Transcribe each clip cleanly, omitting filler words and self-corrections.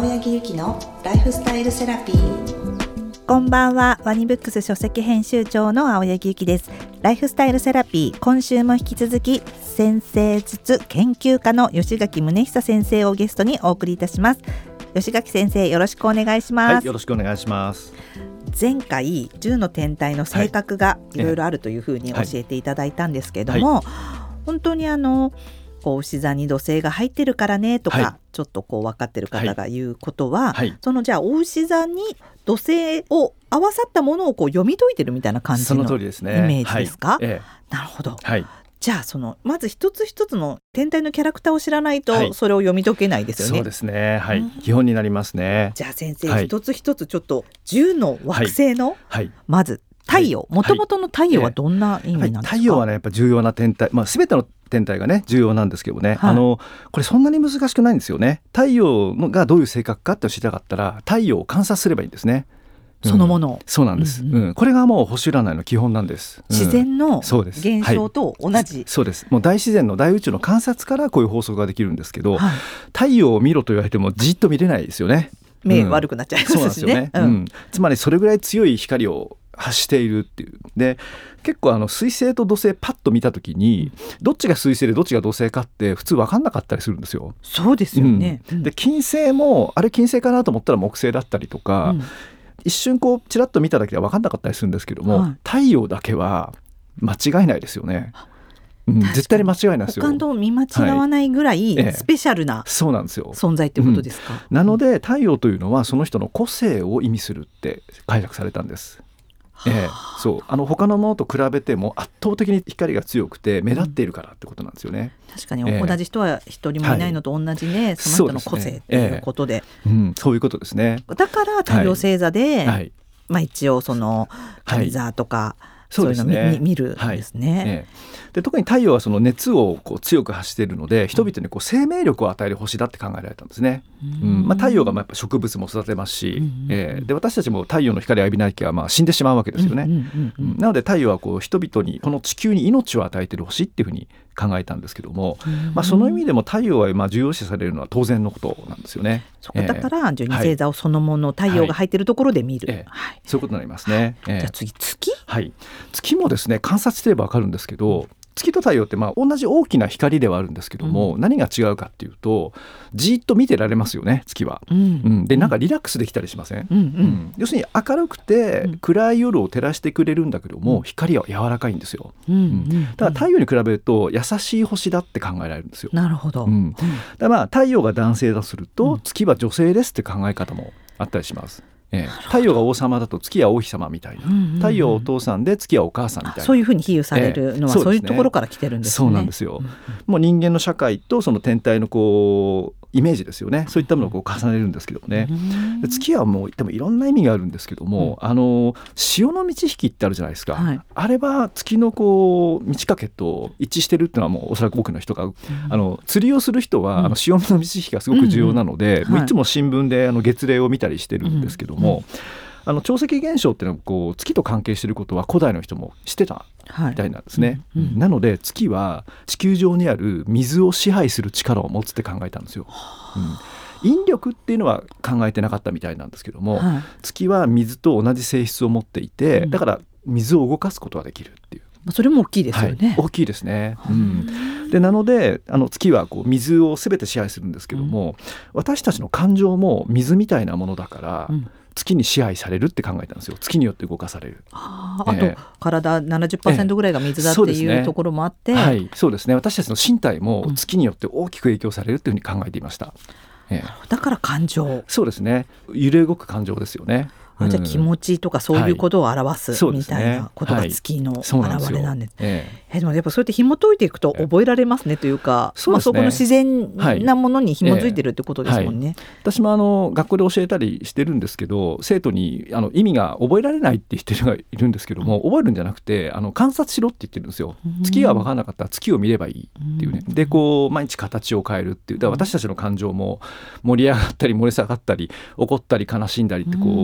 青柳ゆきのライフスタイルセラピー。 こんばんは。ワニブックス書籍編集長の青柳ゆきです。ライフスタイルセラピー、今週も引き続き先生術研究家の吉垣宗久先生をゲストにお送りいたします。吉垣先生、よろしくお願いします。 はい、よろしくお願いします。 前回10の天体の性格がいろいろあるというふうに教えていただいたんですけども、本当に牛座に土星が入ってるからねとか、ちょっと分かってる方が言うことは、そのじゃあ牛座に土星を合わさったものを読み解いてるみたいな感じのイメージですか？なるほど、じゃあまず一つ一つの天体のキャラクターを知らないとそれを読み解けないですよね。 そうですね、基本になりますね。 じゃあ先生、一つ一つちょっと10の惑星の、まず太陽、もともとの太陽はどんな意味なんですか？ 太陽はね、やっぱ重要な天体、全ての天体がね重要なんですけどね、これそんなに難しくないんですよね。太陽がどういう性格かって知りたかったら太陽を観察すればいいんですね。 そのもの、 そうなんです、これがもう星占いの基本なんです、 自然の現象と同じ、 そうです。もう大自然の大宇宙の観察からこういう法則ができるんですけど、太陽を見ろと言われてもじっと見れないですよね。 目悪くなっちゃいますしね。 つまりそれぐらい強い光を発しているっていう。で結構水星と土星パッと見た時にどっちが水星でどっちが土星かって普通分かんなかったりするんですよ。 そうですよね、 で金星もあれ金星かなと思ったら木星だったりとか、一瞬ちらっと見ただけでは分かんなかったりするんですけども、太陽だけは間違いないですよね。絶対に間違いないですよ。 他と見間違わないぐらいスペシャルな存在ってことですか？ なので太陽というのはその人の個性を意味するって解釈されたんです。そう他のものと比べても圧倒的に光が強くて目立っているからってことなんですよね。 確かに同じ人は一人もいないのと同じね、その人の個性っていうことで、 そういうことですね。 だから太陽星座で、一応蟹座とか、そういうのを見るんですね。 で特に太陽はその熱を強く発しているので人々に生命力を与える星だって考えられたんですね。太陽がやっぱ植物も育てますし、で私たちも太陽の光を浴びなきゃ死んでしまうわけですよね。なので太陽は人々にこの地球に命を与えている星っていうふうに考えたんですけども、その意味でも太陽は重要視されるのは当然のことなんですよね。 だから12星座をそのもの太陽が入っているところで見る、 そういうことになりますね。 じゃあ次月、 月もですね観察すれば分かるんですけど、月と太陽って同じ大きな光ではあるんですけども、何が違うかっていうとじっと見てられますよね、月は。でなんかリラックスできたりしません？要するに明るくて暗い夜を照らしてくれるんだけども、光は柔らかいんですよ。だから太陽に比べると優しい星だって考えられるんですよ。 なるほど。 だから太陽が男性だとすると、月は女性ですって考え方もあったりします。太陽が王様だと月は王妃様みたいな、太陽はお父さんで月はお母さんみたいな、 そういうふうに比喩されるのは、そういうところから来てるんですね。 そうなんですよ。もう人間の社会とその天体のイメージですよね。そういったものを重ねるんですけどもね。月はもうでもいろんな意味があるんですけども、潮の満ち引きってあるじゃないですか、あれは月の満ち欠けと一致してるっていうのはもうおそらく多くの人が、釣りをする人は潮の満ち引きがすごく重要なので、もういつも新聞で月例を見たりしてるんですけども、潮汐現象っていうのは月と関係していることは古代の人も知ってたみたいなんですね。なので月は地球上にある水を支配する力を持つって考えたんですよ。引力っていうのは考えてなかったみたいなんですけども、月は水と同じ性質を持っていて、だから水を動かすことができるっていう。 それも大きいですよね。 大きいですね。でなので月は水を全て支配するんですけども、私たちの感情も水みたいなものだから、月に支配されるって考えたんですよ。月によって動かされる。 あと体 70% ぐらいが水だっていうところもあって、 そうですね。私たちの身体も月によって大きく影響されるというふうに考えていました。 だから感情、 そうですね。揺れ動く感情ですよね。 じゃあ気持ちとかそういうことを表すみたいなことが月の表れなんです。でもやっぱそうやって紐解いていくと覚えられますねというか、そこの自然なものに紐づいてるってことですもんね。 私も学校で教えたりしてるんですけど、生徒に意味が覚えられないって言ってる人がいるんですけども、覚えるんじゃなくて観察しろって言ってるんですよ。月が分からなかったら月を見ればいいっていうね。で毎日形を変えるっていう。だから私たちの感情も盛り上がったり盛り下がったり怒ったり悲しんだりって動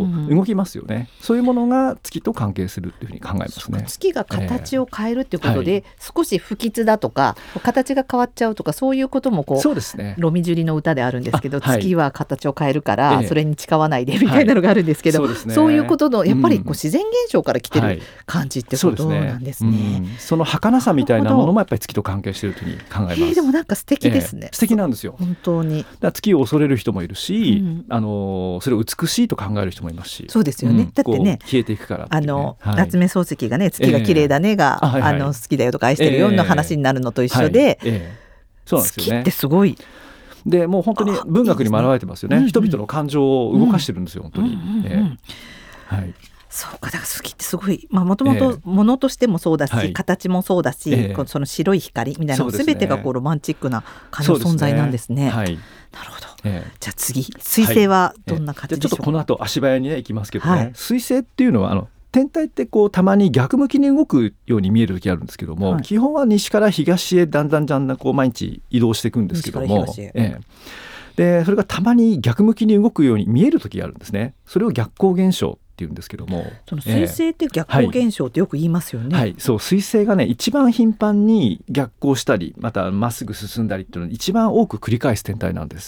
きますよね。そういうものが月と関係するっていうふうに考えますね。 月が形を変えるってことで、少し不吉だとか形が変わっちゃうとかそういうこともそうですね。 ロミジュリの歌であるんですけど、月は形を変えるからそれに誓わないでみたいなのがあるんですけど、そういうことのやっぱり自然現象から来てる感じってことなんですね。 その儚さみたいなものもやっぱり月と関係しているというふうに考えます。 でもなんか素敵ですね。 素敵なんですよ。 本当に。 だから月を恐れる人もいるし、それを美しいと考える人もいますし。 そうですよね。だってね、 消えていくからっていうね、 夏目漱石がね、月が綺麗だねが、好きだよとか愛してるよの話になるのと一緒で、 そうなんですよね。 月ってすごい。 でもう本当に文学にも表れてますよね。人々の感情を動かしてるんですよ、本当に。 そうか、だから月ってすごい、もともと物としてもそうだし、形もそうだし、その白い光みたいな全てがロマンチックな感じの存在なんですね。なるほど。じゃあ次、水星はどんな感じでしょうか。 ちょっとこの後足早にね行きますけどね、水星っていうのは天体ってたまに逆向きに動くように見える時あるんですけども、基本は西から東へだんだん毎日移動していくんですけども、でそれがたまに逆向きに動くように見える時があるんですね。それを逆光現象っていうんですけども、 その水星って逆光現象ってよく言いますよね。 そう水星がね一番頻繁に逆光したりまたまっすぐ進んだりっていうのを一番多く繰り返す天体なんです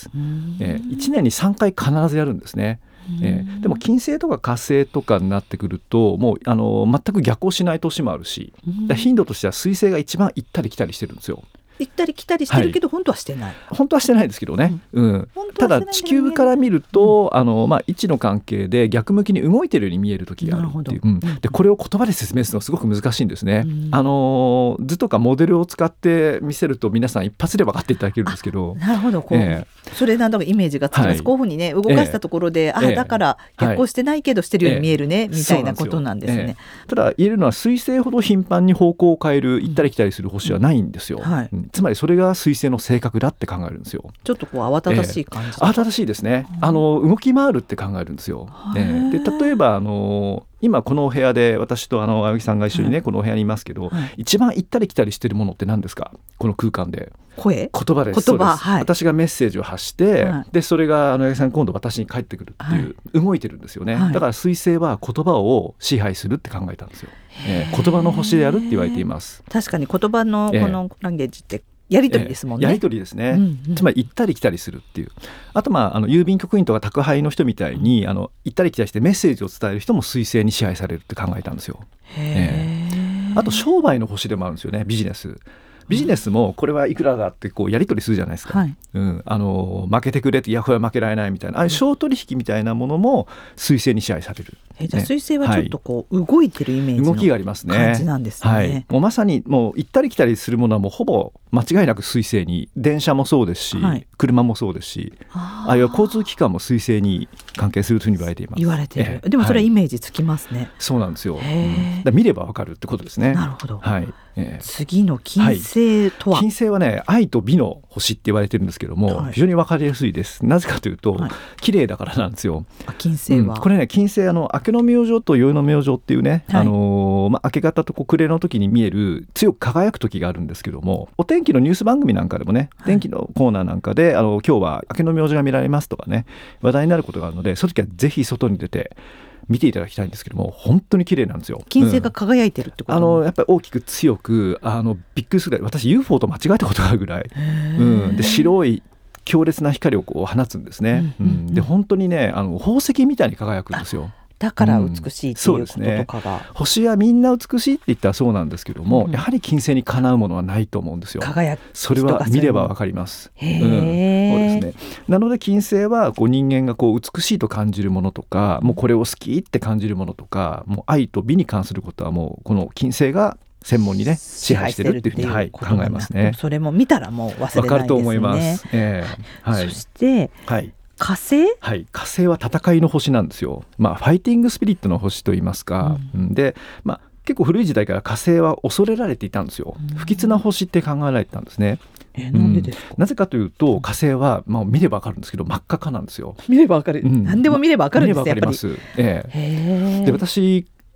。1年に3回必ずやるんですね。でも金星とか火星とかになってくるともう全く逆行しない年もあるし、頻度としては水星が一番行ったり来たりしてるんですよ。 行ったり来たりしてるけど、本当はしてない。 本当はしてないですけどね、ただ地球から見ると、位置の関係で逆向きに動いてるように見える時があるっていう、でこれを言葉で説明するのはすごく難しいんですね。図とかモデルを使って見せると皆さん一発で分かっていただけるんですけど、 なるほど、それなんだかイメージがつきます。こういうふうにね動かしたところで、だから逆行してないけどしてるように見えるね、みたいなことなんですね。 ただ言えるのは水星ほど頻繁に方向を変える行ったり来たりする星はないんですよ。つまりそれが水星の性格だって考えるんですよ。 ちょっと慌ただしい感じ、 慌ただしいですね。動き回るって考えるんですよ。で例えば今このお部屋で私と青木さんが一緒にね、このお部屋にいますけど、一番行ったり来たりしてるものって何ですか？この空間で。言葉です。そうです。私がメッセージを発して、でそれが青木さん今度私に返ってくるっていう、動いてるんですよね。だから水星は言葉を支配するって考えたんですよ。言葉の星であるって言われています。 確かに言葉のこのランゲージってやり取りですもんね。 やり取りですね。つまり行ったり来たりするっていう。あと郵便局員とか宅配の人みたいに行ったり来たりしてメッセージを伝える人も水星に支配されるって考えたんですよ。あと商売の星でもあるんですよね。ビジネスもこれはいくらだってやり取りするじゃないですか。負けてくれって、いやこれは負けられないみたいな、小取引みたいなものも水星に支配される。 じゃあ水星はちょっと動いてるイメージの動きがありますね。 感じなんですね。 もうまさにもう行ったり来たりするものはもうほぼ間違いなく水星に、電車もそうですし、車もそうですし、あるいは交通機関も水星に関係するというふうに言われています。 言われてる。でもそれはイメージつきますね。 そうなんですよ。だ見ればわかるってことですね。 なるほど。次の金星とは、 金星はね愛と美の星って言われてるんですけども、非常に分かりやすいです。なぜかというと、綺麗だからなんですよ。 金星は、 これね金星明けの明星と宵の明星っていうね、明け方と暮れの時に見える強く輝く時があるんですけども、お天気のニュース番組なんかでもね、天気のコーナーなんかで今日は明けの明星が見られますとかね話題になることがあるので、その時はぜひ外に出て見ていただきたいんですけども、本当に綺麗なんですよ。 金星が輝いてるってこと、 やっぱり大きく強くびっくりするぐらい、私 UFO と間違えたことがあるぐらい、で白い強烈な光を放つんですね。で本当にね宝石みたいに輝くんですよ。 だから美しいっていうこととかが、 星はみんな美しいって言ったらそうなんですけども、やはり金星にかなうものはないと思うんですよ。 輝く、 それは見ればわかります。そうですね。なので金星は人間が美しいと感じるものとか、もうこれを好きって感じるものとか、もう愛と美に関することはもうこの金星が専門にね支配してるっていうふうに考えますね。 それも見たらもう忘れないですね。 わかると思います。 そして、火星、 火星は戦いの星なんですよ。ファイティングスピリットの星といいますか、で、結構古い時代から火星は恐れられていたんですよ。不吉な星って考えられてたんですね。 なんでですか？ なぜかというと火星は、見ればわかるんですけど真っ赤なんですよ。 見ればわかる、何でも見ればわかるんです。 見ればわかります。で私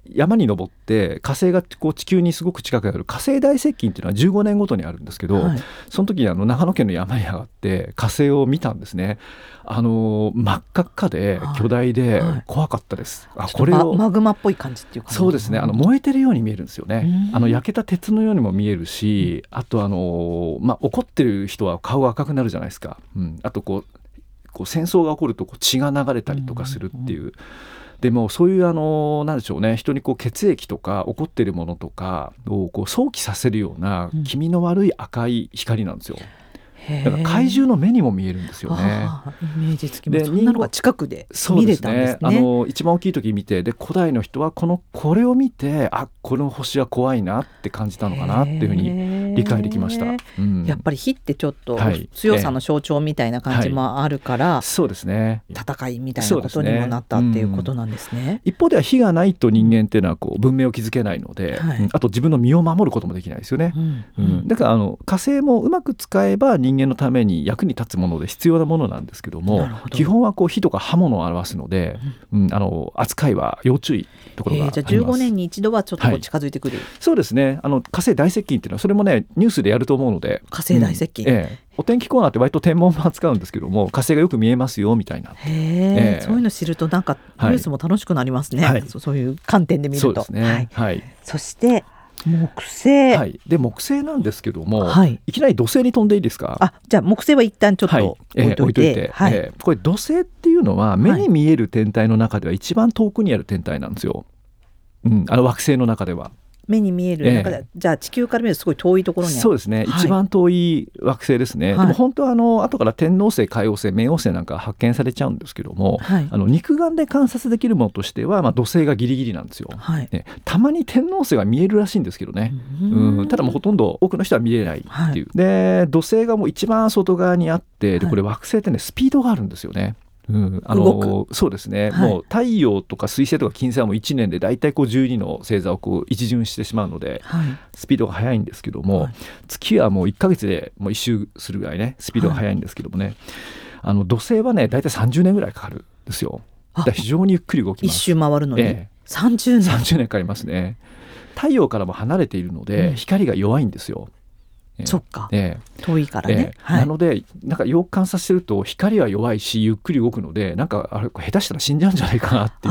山に登って火星がこう地球にすごく近くなる火星大接近っていうのは15年ごとにあるんですけど、はい、その時に長野県の山に上がって火星を見たんですね。真っ赤っかで巨大で怖かったです、はいはい、これをマグマっぽい感じっていうか、 そうですね、燃えてるように見えるんですよね。焼けた鉄のようにも見えるし、あと怒ってる人は顔が赤くなるじゃないですか、あとこう戦争が起こると血が流れたりとかするっていう、でもそういうなんでしょうね、人にこう血液とか起こっているものとかをこう想起させるような気味の悪い赤い光なんですよ。だから怪獣の目にも見えるんですよね。 イメージつきます。そんなのが近くで見れたんですね。 そうですね、一番大きい時見て、で古代の人はこれを見て、この星は怖いなって感じたのかなっていうふうに理解できました、 やっぱり火ってちょっと強さの象徴みたいな感じもあるから、 そうですね、 戦いみたいなことにもなったっていうことなんですね。 一方では火がないと人間っていうのはこう文明を築けないので、あと自分の身を守ることもできないですよね、だから火星もうまく使えば人間のために役に立つもので必要なものなんですけども、基本はこう火とか刃物を表すので、扱いは要注意ところがあります。 じゃあ15年に一度はちょっと近づいてくる、 そうですね、火星大接近っていうのはそれもねニュースでやると思うので、 火星大接近、 お天気コーナーって割と天文も扱うんですけども、火星がよく見えますよみたいな、 そういうの知るとなんかニュースも楽しくなりますね、そういう観点で見ると。 そうですね、 そして木星、 で木星なんですけども、いきなり土星に飛んでいいですか。 じゃあ木星は一旦ちょっと置いといて、 これ土星っていうのは目に見える天体の中では一番遠くにある天体なんですよ、惑星の中では。 目に見える中で、じゃあ地球から見るとすごい遠いところにある。 そうですね、一番遠い惑星ですね、でも本当は後から天王星、海王星、冥王星なんか発見されちゃうんですけども、肉眼で観察できるものとしては、土星がギリギリなんですよ、たまに天王星が見えるらしいんですけどね、ただもうほとんど多くの人は見れないっていう、で土星がもう一番外側にあって、でこれ惑星ってねスピードがあるんですよね。そうですね、もう太陽とか水星とか金星はもう1年でだいたい12の星座を一巡してしまうので、スピードが速いんですけども、月はもう1ヶ月でもう一周するぐらいねスピードが速いんですけどもね、土星はねだいたい30年ぐらいかかるんですよ。だから非常にゆっくり動きます。 一周回るのに、30 年かかりますね。太陽からも離れているので、光が弱いんですよ。 そっか、遠いからね、 なのでなんかよく観察してると光は弱いしゆっくり動くので、なんか下手したら死んじゃうんじゃないかなっていう。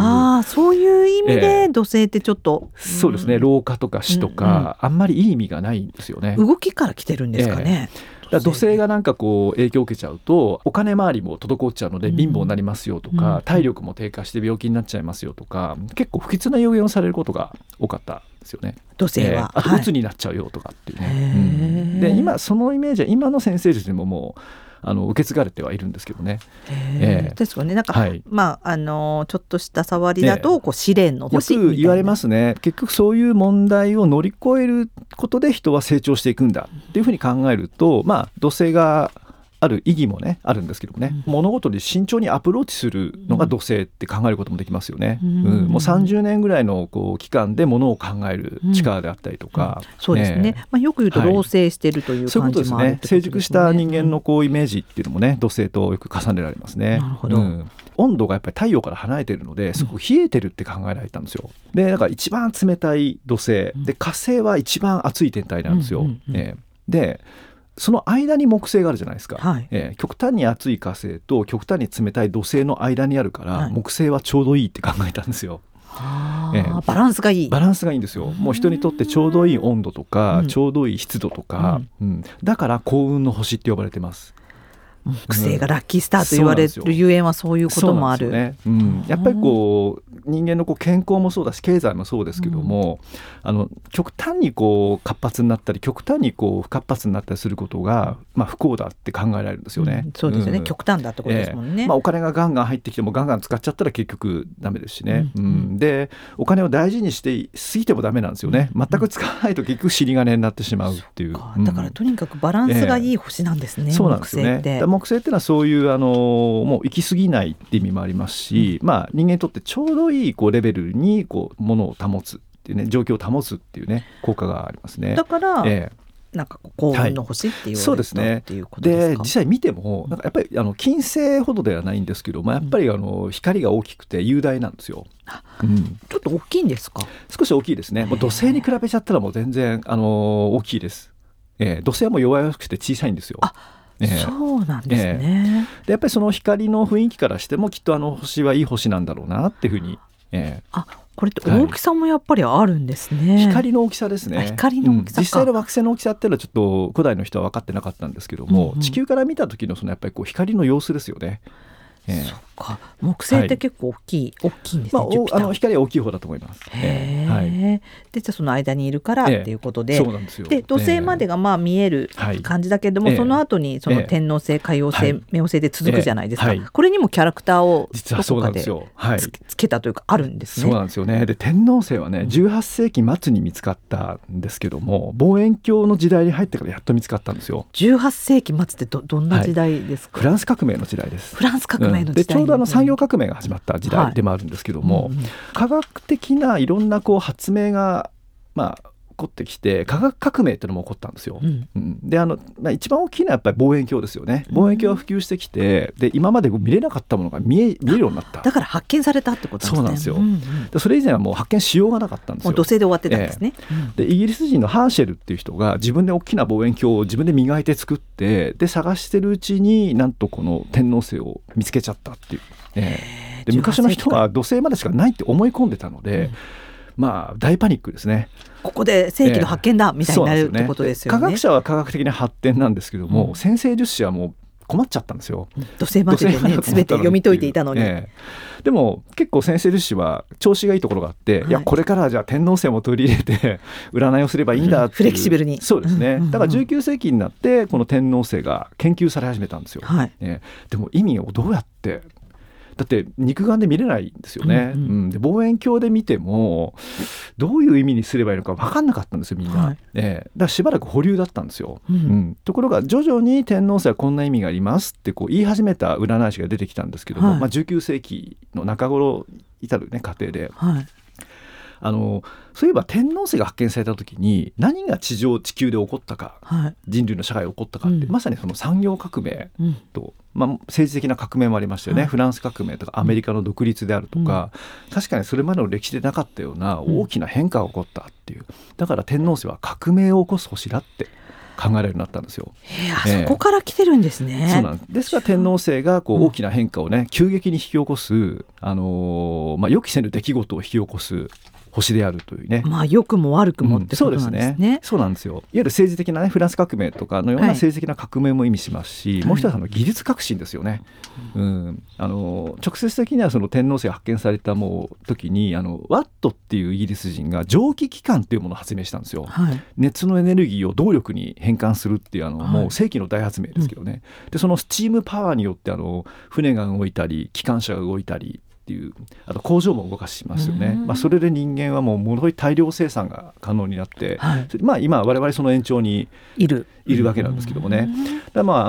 そういう意味で土星ってちょっと、 そうですね、老化とか死とか、あんまりいい意味がないんですよね。 動きから来てるんですかね、 土星がなんかこう影響を受けちゃうとお金回りも滞っちゃうので貧乏になりますよとか、体力も低下して病気になっちゃいますよとか、結構不吉な予言をされることが多かったですよね。 土星は、 あと鬱になっちゃうよとかっていうね、で今そのイメージは今の先生術にももう受け継がれてはいるんですけどね。 ですかね、なんか、ちょっとした触りだと試練の星みたいなよく言われますね。結局そういう問題を乗り越えることで人は成長していくんだっていうふうに考えると、土星がある意義もねあるんですけどもね、物事に慎重にアプローチするのが土星って考えることもできますよね。もう30年ぐらいの期間で物を考える力であったりとか、 そうですね、よく言うと老成しているという感じもあるってことですね。 成熟した人間のイメージっていうのもね土星とよく重ねられますね。 なるほど、 温度がやっぱり太陽から離れているのですごく冷えてるって考えられたんですよ。でだから一番冷たい土星で、火星は一番熱い天体なんですよ。でその間に木星があるじゃないですか、極端に熱い火星と極端に冷たい土星の間にあるから、木星はちょうどいいって考えたんですよ。 バランスがいい。 バランスがいいんですよ。もう人にとってちょうどいい温度とか、ちょうどいい湿度とか、だから幸運の星って呼ばれてます。 木星がラッキースターと言われるゆえんはそういうこともある。 やっぱり人間の健康もそうだし経済もそうですけども、極端に活発になったり極端に不活発になったりすることが、不幸だって考えられるんですよね。 そうですよね、極端だってことですもんね。 お金がガンガン入ってきてもガンガン使っちゃったら結局ダメですしね。でお金を大事にして過ぎてもダメなんですよね。全く使わないと結局尻金になってしまうっていう。 だからとにかくバランスがいい星なんですね、 そうなんですよね。木星っていうのはそういうもう行き過ぎないって意味もありますし、人間にとってちょうどいいレベルにものを保つっていうね、状況を保つっていうね効果がありますね。 だから、 なんか幸運の星っていう、 そうですね。 っていうことですか。 で実際見てもなんかやっぱり金星ほどではないんですけど、やっぱり光が大きくて雄大なんですよ。 ちょっと大きいんですか。 少し大きいですね。もう土星に比べちゃったらもう全然大きいです。土星はもう弱々くて小さいんですよ。 そうなんですね。 でやっぱりその光の雰囲気からしてもきっと星はいい星なんだろうなっていうふうに、 これって大きさもやっぱりあるんですね。 光の大きさですね。 光の大きさか。 実際の惑星の大きさっていうのはちょっと古代の人は分かってなかったんですけども、地球から見た時のやっぱり光の様子ですよね。 そっか。木星って結構大きいんですね。 光は大きい方だと思います。 でじゃあその間にいるからっていうことで、 そうなんですよ。 で土星までが見える感じだけども、その後にその天王星、海王星、冥王星で続くじゃないですか。これにもキャラクターを実はそうなんですよ。 つけたというかあるんですね。 そうなんですよね。で天王星はね18世紀末に見つかったんですけども、望遠鏡の時代に入ってからやっと見つかったんですよ。 18世紀末ってどんな時代ですか。 フランス革命の時代です。 フランス革命の時代、 でちょうど産業革命が始まった時代でもあるんですけども、科学的ないろんな発明が起こってきて、科学革命っていうのも起こったんですよ。で一番大きいのはやっぱり望遠鏡ですよね。望遠鏡が普及してきて、で今まで見れなかったものが見えるようになった。 だから発見されたってことなんですね。 そうなんですよ。でそれ以前はもう発見しようがなかったんですよ。 もう土星で終わってたんですね。 でイギリス人のハーシェルっていう人が自分で大きな望遠鏡を自分で磨いて作って、で探してるうちになんとこの天王星を見つけちゃったっていう。で昔の人は土星までしかないって思い込んでたので、大パニックですね。 ここで世紀の発見だみたいになるってことですよね。 科学者は科学的な発展なんですけども、先生術師はもう困っちゃったんですよ。 土星まででね全て読み解いていたのに。 でも結構先生術師は調子がいいところがあって、いやこれからはじゃあ天王星も取り入れて占いをすればいいんだっていう、 フレキシブルに。 そうですね。だから19世紀になってこの天王星が研究され始めたんですよ。でも意味をどうやってだって肉眼で見れないんですよね。で望遠鏡で見てもどういう意味にすればいいのか分かんなかったんですよみんな。だからしばらく保留だったんですよ。ところが徐々に天王星はこんな意味がありますって言い始めた占い師が出てきたんですけども、19世紀の中頃至る過程で、そういえば天王星が発見された時に何が地球で起こったか、人類の社会で起こったかって、まさにその産業革命と、政治的な革命もありましたよね。フランス革命とかアメリカの独立であるとか、確かにそれまでの歴史でなかったような大きな変化が起こったっていう、だから天王星は革命を起こす星だって考えられるようになったんですよ。 そこから来てるんですね。 そうなんです。ですから天王星が大きな変化を急激に引き起こす、予期せぬ出来事を引き起こす星であるというね。良くも悪くもってことなんですね。 そうなんですよ。いわゆる政治的な、フランス革命とかのような政治的な革命も意味しますし、もう一つは技術革新ですよね。直接的にはその天王星が発見された時にワットっていうイギリス人が蒸気機関というものを発明したんですよ。熱のエネルギーを動力に変換するっていうもう世紀の大発明ですけどね。でそのスチームパワーによって船が動いたり機関車が動いたりっていう、あと工場も動かしますよね。それで人間はものすごい大量生産が可能になって、今我々その延長にいるわけなんですけどもね。だから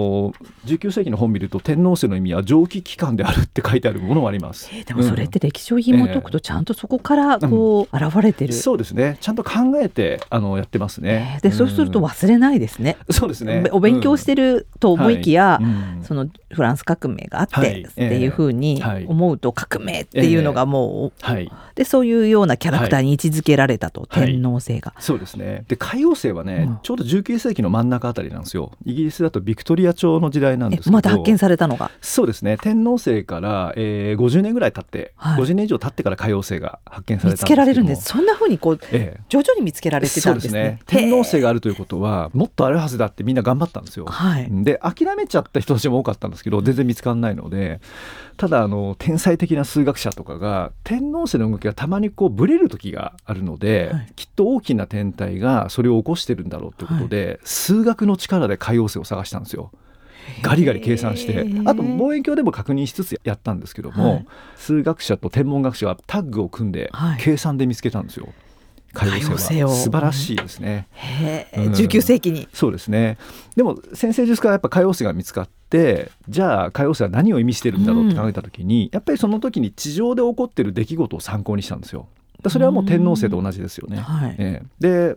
19世紀の本見ると天王星の意味は蒸気機関であるって書いてあるものもあります。 でもそれって歴史を紐解くとちゃんとそこから現れてる。 そうですね。ちゃんと考えてやってますね。 でそうすると忘れないですね。 そうですね。 お勉強してると思いきや、そのフランス革命があってっていうふうに思うと革命っていうのがもう、でそういうようなキャラクターに位置づけられたと、天王星が。 そうですね。で海王星はね、ちょうど19世紀の真ん中あたりなんですよ。イギリスだとビクトリア朝の時代なんですけど、 また発見されたのが。 そうですね。天王星から、50年ぐらい経って、50年以上経ってから海王星が発見されたんですけども、見つけられるんです。 そんなふうに徐々に見つけられてたんですね。 そうですね。天王星があるということはもっとあるはずだってみんな頑張ったんですよ。で諦めちゃった人たちも多かったんですけど、全然見つからないので、ただ天才的な数学者とかが天王星の動きがたまにブレる時があるので、きっと大きな天体がそれを起こしてるんだろうということで、数学の力で海王星を探したんですよ。ガリガリ計算して、あと望遠鏡でも確認しつつやったんですけども、数学者と天文学者がタッグを組んで計算で見つけたんですよ。海王星は素晴らしいですね。 19世紀に。 そうですね。でも先生術からやっぱ海王星が見つかって、じゃあ海王星は何を意味してるんだろうって考えた時に、やっぱりその時に地上で起こってる出来事を参考にしたんですよ。それはもう天王星と同じですよね。で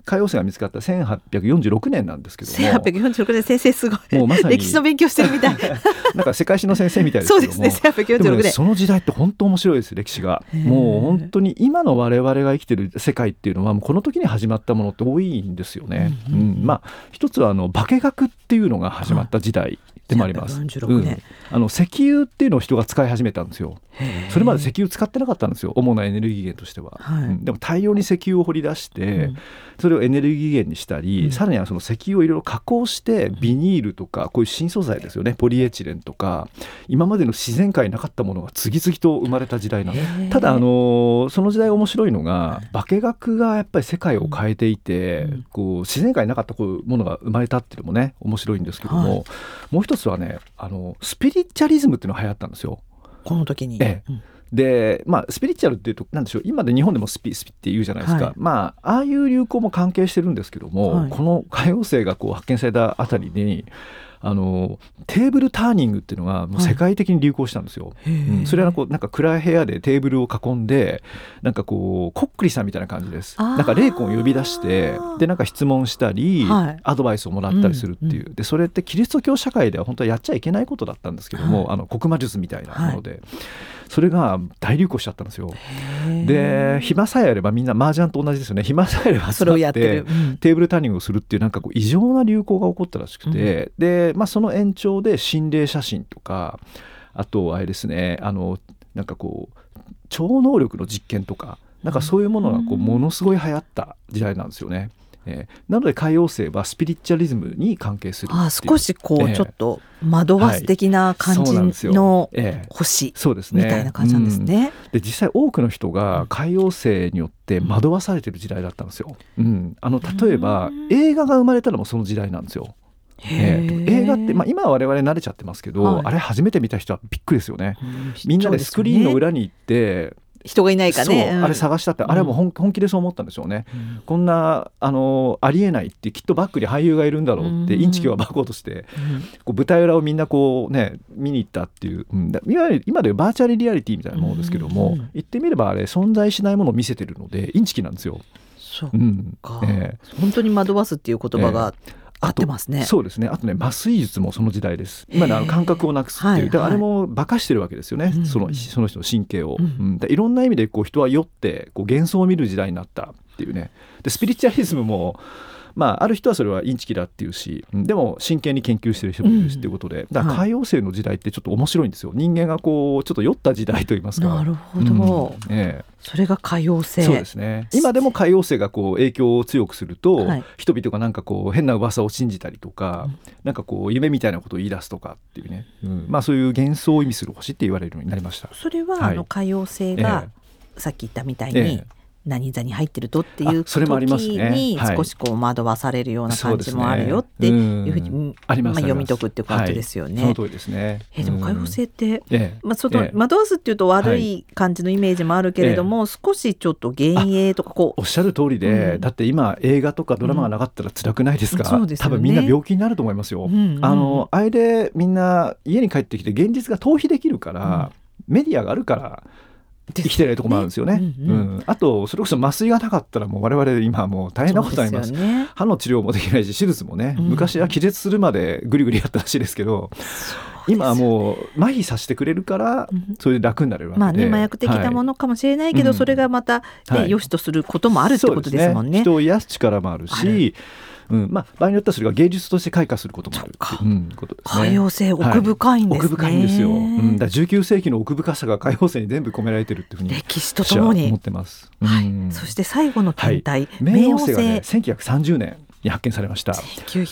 海王星が見つかった1846年なんですけども、 1846年、先生すごい、 もうまさに歴史の勉強してるみたいなんか世界史の先生みたいですけども、 そうですね、1846 でもね、 年。 その時代って本当面白いです、歴史が。もう本当に今の我々が生きてる世界っていうのはもうこの時に始まったものって多いんですよね。まあ一つは化学っていうのが始まった時代でもあります。 1846年、 石油っていうのを人が使い始めたんですよ。それまで石油使ってなかったんですよ、主なエネルギー源としては。でも大量に石油を掘り出して、それをエネルギー源にしたり、さらにはその石油をいろいろ加工してビニールとかこういう新素材ですよね、ポリエチレンとか今までの自然界になかったものが次々と生まれた時代なんです。ただその時代面白いのが化学がやっぱり世界を変えていて、こう自然界になかったこういうものが生まれたっていうのもね面白いんですけども、もう一つはねスピリチュアリズムっていうのが流行ったんですよ、この時に。 でスピリチュアルっていうと何でしょう、今で日本でもスピって言うじゃないですか、ああいう流行も関係してるんですけども、この海王星がこう発見されたあたりにテーブルターニングっていうのがもう世界的に流行したんですよ。それはなんか暗い部屋でテーブルを囲んでなんかこうこっくりさんみたいな感じです。なんか霊魂を呼び出してでなんか質問したり、アドバイスをもらったりするっていう、でそれってキリスト教社会では本当はやっちゃいけないことだったんですけども、黒魔術みたいなもので、それが大流行しちゃったんですよ。で暇さえあればみんな麻雀と同じですよね、暇さえあれば集まってテーブルターニングをするっていうなんかこう異常な流行が起こったらしくて、でその延長で心霊写真とか、あとあれですね、なんかこう超能力の実験とかなんかそういうものがこうものすごい流行った時代なんですよね。なので海王星はスピリチュアリズムに関係するっていう、 少しこう、ちょっと惑わす的な感じの星みたいな感じなんですね。 で実際多くの人が海王星によって惑わされてる時代だったんですよ。例えば映画が生まれたのもその時代なんですよ。映画って、今は我々慣れちゃってますけど、あれ初めて見た人はびっくりですよね。みんなでスクリーンの裏に行って人がいないかね、 あれ探したって、あれはもう本気でそう思ったんでしょうね。こんなありえないって、きっとバックに俳優がいるんだろうって、インチキを暴こうとして、こう舞台裏をみんなこうね見に行ったっていう、今でいうバーチャルリアリティみたいなものですけども、言ってみればあれ存在しないものを見せてるのでインチキなんですよ。 そうか、本当に惑わすっていう言葉が、合ってますね。 そうですね。あとね、麻酔術もその時代です。今の感覚をなくすっていう、あれも化かしてるわけですよね、その人の神経を、いろんな意味でこう人は酔ってこう幻想を見る時代になったっていうね。でスピリチュアリズムもある人はそれはインチキだっていうし、でも真剣に研究してる人もいるしっていうことで、だから海王星の時代ってちょっと面白いんですよ。人間がこうちょっと酔った時代といいますか。 なるほど、それが海王星。 そうですね。今でも海王星がこう影響を強くすると、人々がなんかこう変な噂を信じたりとか、なんかこう夢みたいなことを言い出すとかっていうね、そういう幻想を意味する星って言われるようになりました。 それは海王星が、さっき言ったみたいに、何座に入ってるとっていう時に少しこう惑わされるような感じもあるよっていうふうに読み解くっていうことですよね。 その通りですね。 でも海王星って、惑わすっていうと悪い感じのイメージもあるけれども、少しちょっと幻影とかこう、 おっしゃる通りで、だって今映画とかドラマがなかったら辛くないですか。多分みんな病気になると思いますよ。あれでみんな家に帰ってきて現実が逃避できるから、メディアがあるから生きてないところもあるんですよね。あとそれこそ麻酔がなかったらもう我々今もう大変なことになります。歯の治療もできないし手術もね、昔は気絶するまでグリグリやったらしいですけど、今はもう麻痺させてくれるからそれで楽になれるわけで、 麻薬的なものかもしれないけど、それがまた良しとすることもあるってことですもんね。 人を癒す力もあるし、場合によってはそれが芸術として開花することもあるっていうことですね。 海王星奥深いんですね。 奥深いんですよ。だ19世紀の奥深さが海王星に全部込められてるっていうふうに歴史とともに思ってます。 そして最後の天体、 冥王星がね1930年に発見されました。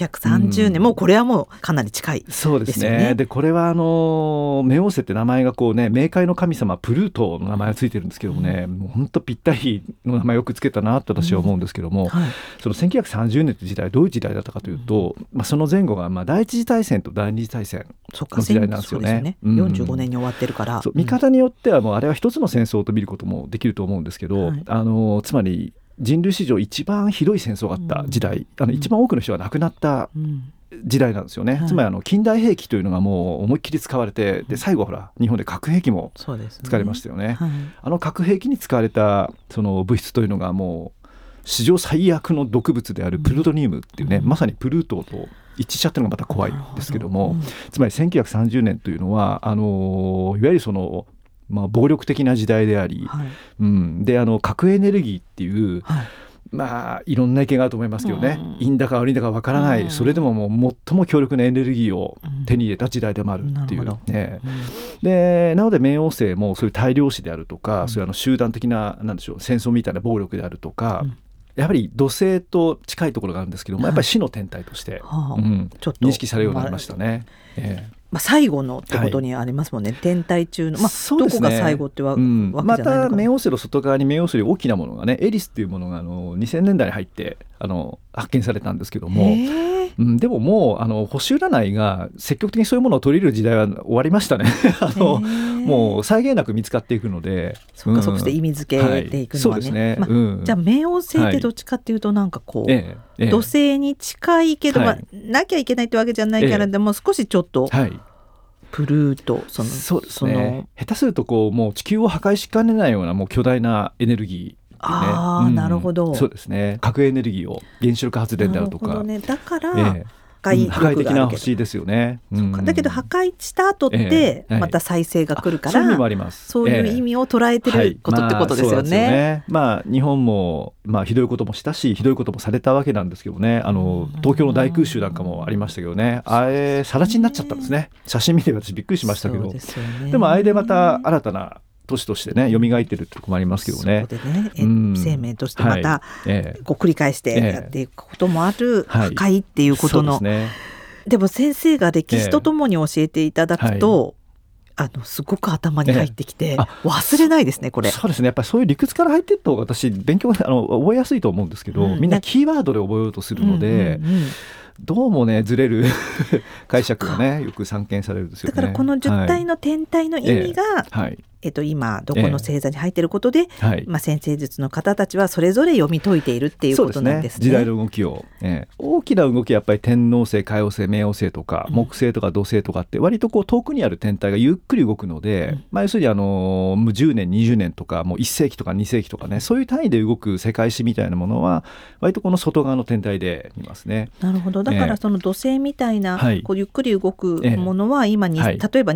1930年、もうこれはもうかなり近いですよね。 そうですね。でこれは冥王星って名前がこうね、冥界の神様プルートの名前がついてるんですけどもね、もう本当ぴったりの名前よくつけたなと私は思うんですけども、その1930年って時代どういう時代だったかというと、その前後が第一次大戦と第二次大戦の時代なんですよね。 45年に終わってるから、 見方によってはもうあれは一つの戦争と見ることもできると思うんですけど、つまり人類史上一番ひどい戦争があった時代、一番多くの人が亡くなった時代なんですよね。つまり近代兵器というのがもう思いっきり使われて、で最後ほら日本で核兵器も使われましたよね。核兵器に使われたその物質というのがもう史上最悪の毒物であるプルトニウムっていうね、まさにプルートと一致しちゃったのがまた怖いんですけども、つまり1930年というのはいわゆるその暴力的な時代であり、で核エネルギーっていう、いろんな意見があると思いますけどね、いいんだか悪いんだかわからない、それでももう最も強力なエネルギーを手に入れた時代でもあるっていうね。でなので冥王星もそういう大量死であるとか、そういう集団的な、なんでしょう、戦争みたいな暴力であるとか、やはり土星と近いところがあるんですけども、やっぱり死の天体として、ちょっと認識されるようになりましたね。 最後のってことにありますもんね、天体中の、どこが最後ってわけじゃないのかな。 また冥王星の外側に冥王星より大きなものがね、エリスっていうものが2000年代に入って発見されたんですけども、でももう星占いが積極的にそういうものを取り入れる時代は終わりましたね。もう際限なく見つかっていくので、 そして意味付けていくのはね、じゃあ冥王星ってどっちかっていうとなんかこう、土星に近いけど、なきゃいけないってわけじゃないからでも少しちょっと、プルートそうですね、下手するともう地球を破壊しかねないようなもう巨大なエネルギー、 なるほど。 そうですね、核エネルギーを原子力発電であるとか、 だから破壊的な星ですよね。 だけど破壊した後ってまた再生が来るから、 そういう意味もあります。 そういう意味を捉えてることってことですよね。 日本もひどいこともしたし、ひどいこともされたわけなんですけどね、東京の大空襲なんかもありましたけどね、あれ更地になっちゃったんですね。写真見て私びっくりしましたけど、でもあれでまた新たな都市としてね蘇ってるってとこもありますけどね。 そこでね、生命としてまた、繰り返してやっていくこともある破壊っていうことの、でも先生が歴史とともに教えていただくと、すごく頭に入ってきて、忘れないですねこれ。 そうですね、やっぱりそういう理屈から入っていると私勉強覚えやすいと思うんですけど、みんなキーワードで覚えようとするので、どうもねずれる解釈がねよく散見されるんですよね。 だからこの10体の天体の意味が、今どこの星座に入っていることで、先生術の方たちはそれぞれ読み解いているっていうことなんですね。 時代の動きを、大きな動きはやっぱり天王星、海王星、冥王星とか木星とか土星とかって割と遠くにある天体がゆっくり動くので、要するに10年20年とかもう1世紀とか2世紀とかね、そういう単位で動く世界史みたいなものは割とこの外側の天体で見ますね。 なるほど。だからその土星みたいな、ゆっくり動くものは今に、例えば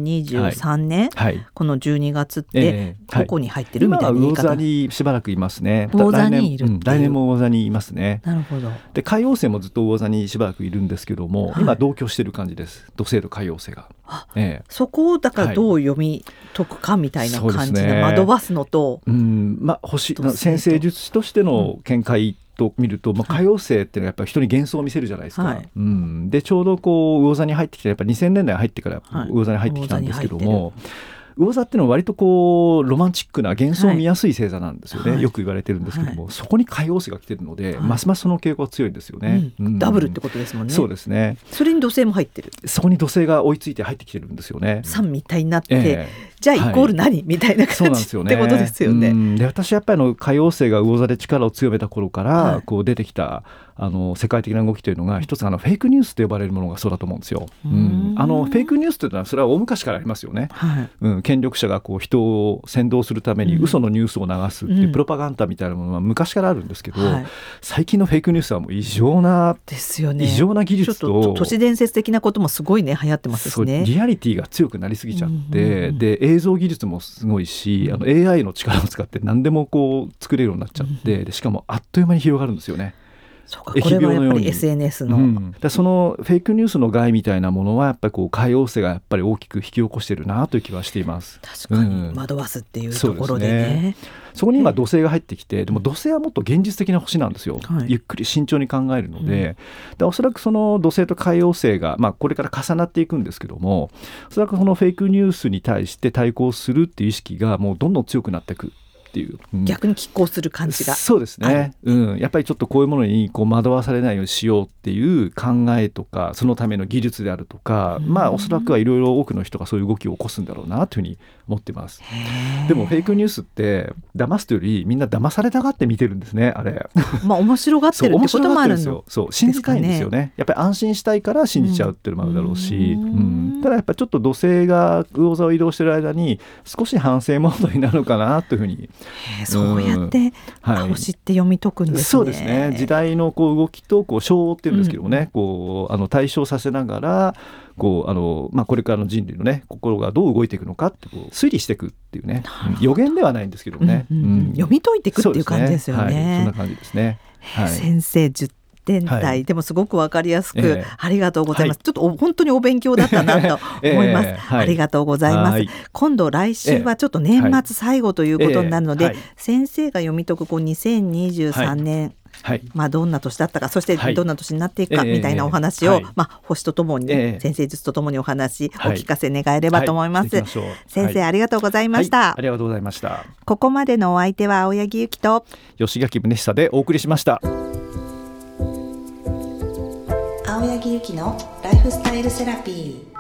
2023年、この12月ってどこに入ってるみたいな言い方。 今は魚座にしばらくいますね。 魚座にいるっていう。 来年も魚座にいますね。 なるほど。 で海王星もずっと魚座にしばらくいるんですけども、今同居してる感じです。土星と海王星が。 そこをだからどう読み解くかみたいな感じで惑わすのと、 星先生術師としての見解と見ると、海王星っていうのはやっぱり人に幻想を見せるじゃないですか。でちょうど魚座に入ってきて、やっぱり2000年代入ってから魚座に入ってきたんですけども、魚座っていうのは割とロマンチックな幻想を見やすい星座なんですよね。よく言われてるんですけども、そこに海王星が来てるので、ますますその傾向が強いんですよね。 ダブルってことですもんね。 そうですね。 それに土星も入ってる。 そこに土星が追いついて入ってきてるんですよね。 三みたいになって、じゃあイコール何、みたいな感じってことですよね。 で私やっぱり海王星が魚座で力を強めた頃から出てきた世界的な動きというのが一つフェイクニュースと呼ばれるものがそうだと思うんですよ。フェイクニュースというのはそれは大昔からありますよね。権力者が人を扇動するために嘘のニュースを流すっていうプロパガンダみたいなものは昔からあるんですけど、最近のフェイクニュースはもう異常な技術と、 ちょっと都市伝説的なこともすごいね流行ってますしね。 リアリティが強くなりすぎちゃって、で映像技術もすごいし、AI の力を使って何でも作れるようになっちゃって、でしかもあっという間に広がるんですよね。 これはやっぱり SNS の、 そのフェイクニュースの害みたいなものはやっぱり海王星がやっぱり大きく引き起こしてるなという気はしています。 確かに惑わすっていうところでね。 そこに今土星が入ってきて、でも土星はもっと現実的な星なんですよ。ゆっくり慎重に考えるので、おそらくその土星と海王星が、これから重なっていくんですけども、おそらくそのフェイクニュースに対して対抗するっていう意識がもうどんどん強くなっていくっていう、 逆に拮抗する感じが。 そうですね、やっぱりちょっとこういうものに惑わされないようにしようっていう考えとか、そのための技術であるとか、おそらくはいろいろ多くの人がそういう動きを起こすんだろうなというふうに思ってます。でもフェイクニュースって騙すというよりみんな騙されたがって見てるんですね、あれ。 面白がってるってこともあるんですよ。 信じたいんですよね。やっぱり安心したいから信じちゃうっていうのもあるだろうし、ただやっぱりちょっと土星が魚座を移動してる間に少し反省モードになるのかなというふうにそうやって星って読み解くんですね。 そうですね。時代の動きと衝っていうんですけどもね、対照させながらこれからの人類のね心がどう動いていくのかって推理していくっていうね、予言ではないんですけどもね、 読み解いていくっていう感じですよね。 そんな感じですね。 先生10天体、でもすごくわかりやすく、ありがとうございます。ちょっと本当にお勉強だったなと思います。ありがとうございます。今度来週はちょっと年末最後ということになるので、先生が読み解く2023年、どんな年だったか、そしてどんな年になっていくかみたいなお話を、星とともに、先生術とともにお話お聞かせ願えればと思います。先生、ありがとうございました。 ありがとうございました。 ここまでのお相手は青柳ゆきと吉垣宗久でお送りしました。 青柳ゆきのライフスタイルセラピー。